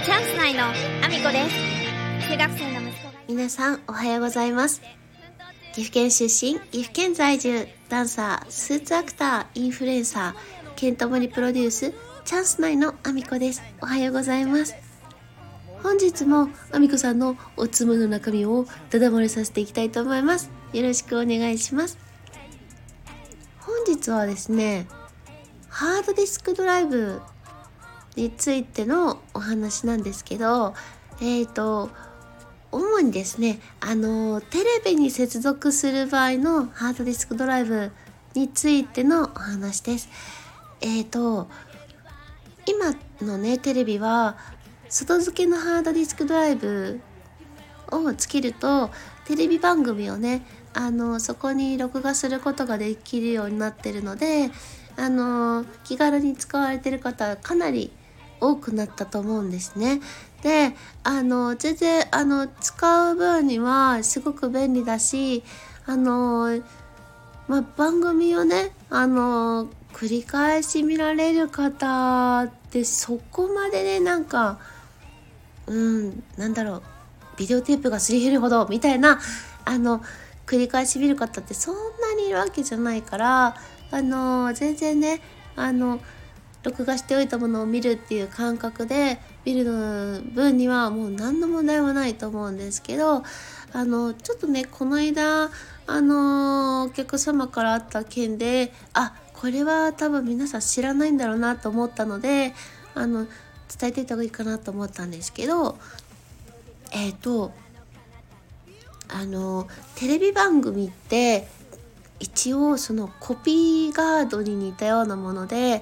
チャンス内のアミコです。中学生の息子が皆さんおはようございます。岐阜県出身、岐阜県在住、ダンサー、スーツアクター、インフルエンサー、県ともにプロデュース、チャンス内のアミコです。おはようございます。本日もアミコさんのおつむの中身をダダ漏れさせていきたいと思います。よろしくお願いします。本日はですね、ハードディスクドライブについてのお話なんですけど、主にですね、テレビに接続する場合のハードディスクドライブについてのお話です。今のね、テレビは外付けのハードディスクドライブをつけると、テレビ番組をね、そこに録画することができるようになってるので、気軽に使われてる方かなり多くなったと思うんですね。で、全然使う分にはすごく便利だし、番組をね、繰り返し見られる方ってそこまでね、ビデオテープがすり減るほどみたいな繰り返し見る方ってそんなにいるわけじゃないから、全然ね、録画しておいたものを見るっていう感覚で見る分にはもう何の問題もないと思うんですけど、ちょっとね、この間お客様からあった件で、これは多分皆さん知らないんだろうなと思ったので、伝えていた方がいいかなと思ったんですけど、テレビ番組って一応そのコピーガードに似たようなもので、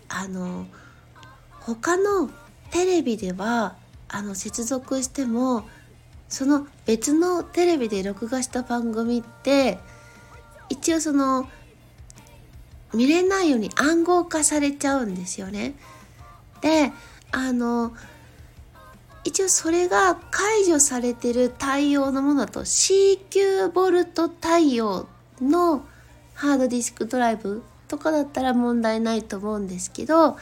他のテレビでは接続しても、その別のテレビで録画した番組って一応その見れないように暗号化されちゃうんですよね。で、一応それが解除されてる対応のものだと CQ ボルト対応のハードディスクドライブとかだったら問題ないと思うんですけど、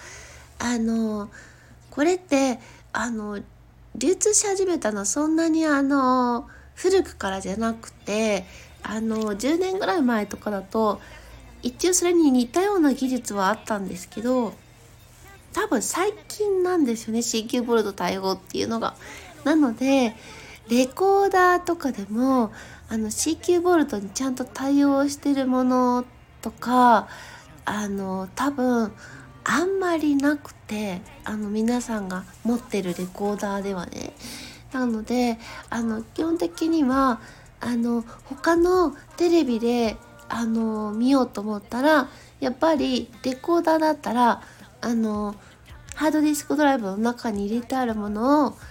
これって流通し始めたのはそんなに古くからじゃなくて、10年ぐらい前とかだと一応それに似たような技術はあったんですけど、多分最近なんですよね、 CQ ボルト対応っていうのが。なのでレコーダーとかでもCQ ボルトにちゃんと対応してるものとか多分あんまりなくて、皆さんが持ってるレコーダーではね。なので基本的には他のテレビで見ようと思ったら、やっぱりレコーダーだったらハードディスクドライブの中に入れてあるものを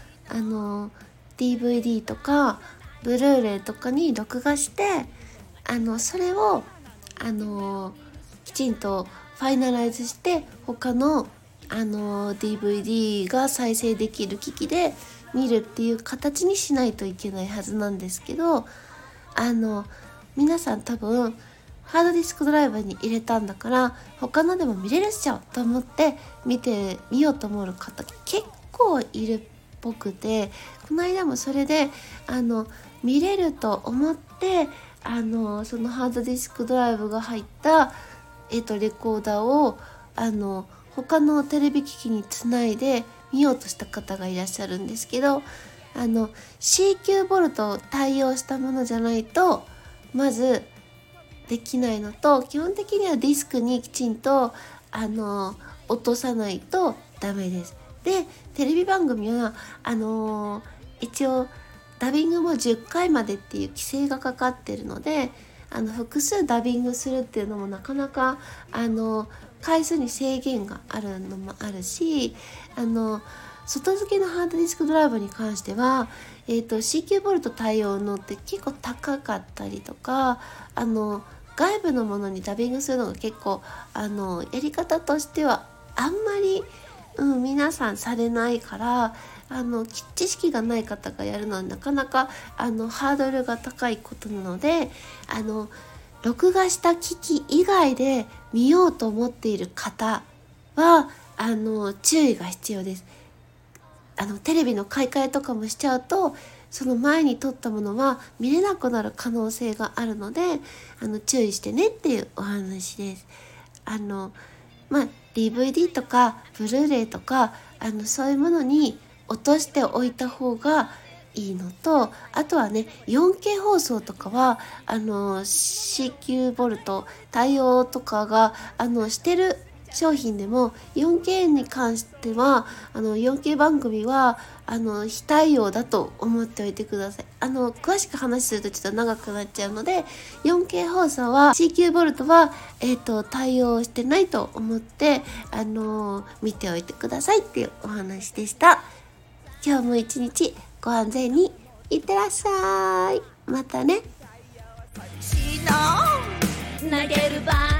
DVD とかブルーレイとかに録画して、それをきちんとファイナライズして他のDVD が再生できる機器で見るっていう形にしないといけないはずなんですけど、皆さん多分ハードディスクドライバーに入れたんだから他のでも見れるっしょと思って見ようと思う方結構いるっぽくて、この間もそれで見れると思ってそのハードディスクドライブが入ったレコーダーを他のテレビ機器につないで見ようとした方がいらっしゃるんですけど、CQ ボルトを対応したものじゃないとまずできないのと、基本的にはディスクにきちんと落とさないとダメです。で、テレビ番組は一応ダビングも10回までっていう規制がかかってるので、複数ダビングするっていうのもなかなか回数に制限があるのもあるし、外付けのハードディスクドライブに関しては、CQ ボルト対応のって結構高かったりとか、外部のものにダビングするのが結構やり方としてはあんまり、皆さんされないから、知識がない方がやるのはなかなかハードルが高いことなので、録画した機器以外で見ようと思っている方は注意が必要です。 テレビの買い替えとかもしちゃうと、その前に撮ったものは見れなくなる可能性があるので、注意してねっていうお話です。DVD とかブルーレイとかそういうものに落としておいた方がいいのと、あとはね 4K 放送とかはCQ ボルト対応とかがしてる商品でも 4K に関しては4K 番組は非対応だと思っておいてください。詳しく話するとちょっと長くなっちゃうので、 4K 放送は CQ ボルトは対応してないと思って見ておいてくださいっていうお話でした。今日も一日ご安全にいってらっしゃい。またね。 投げる場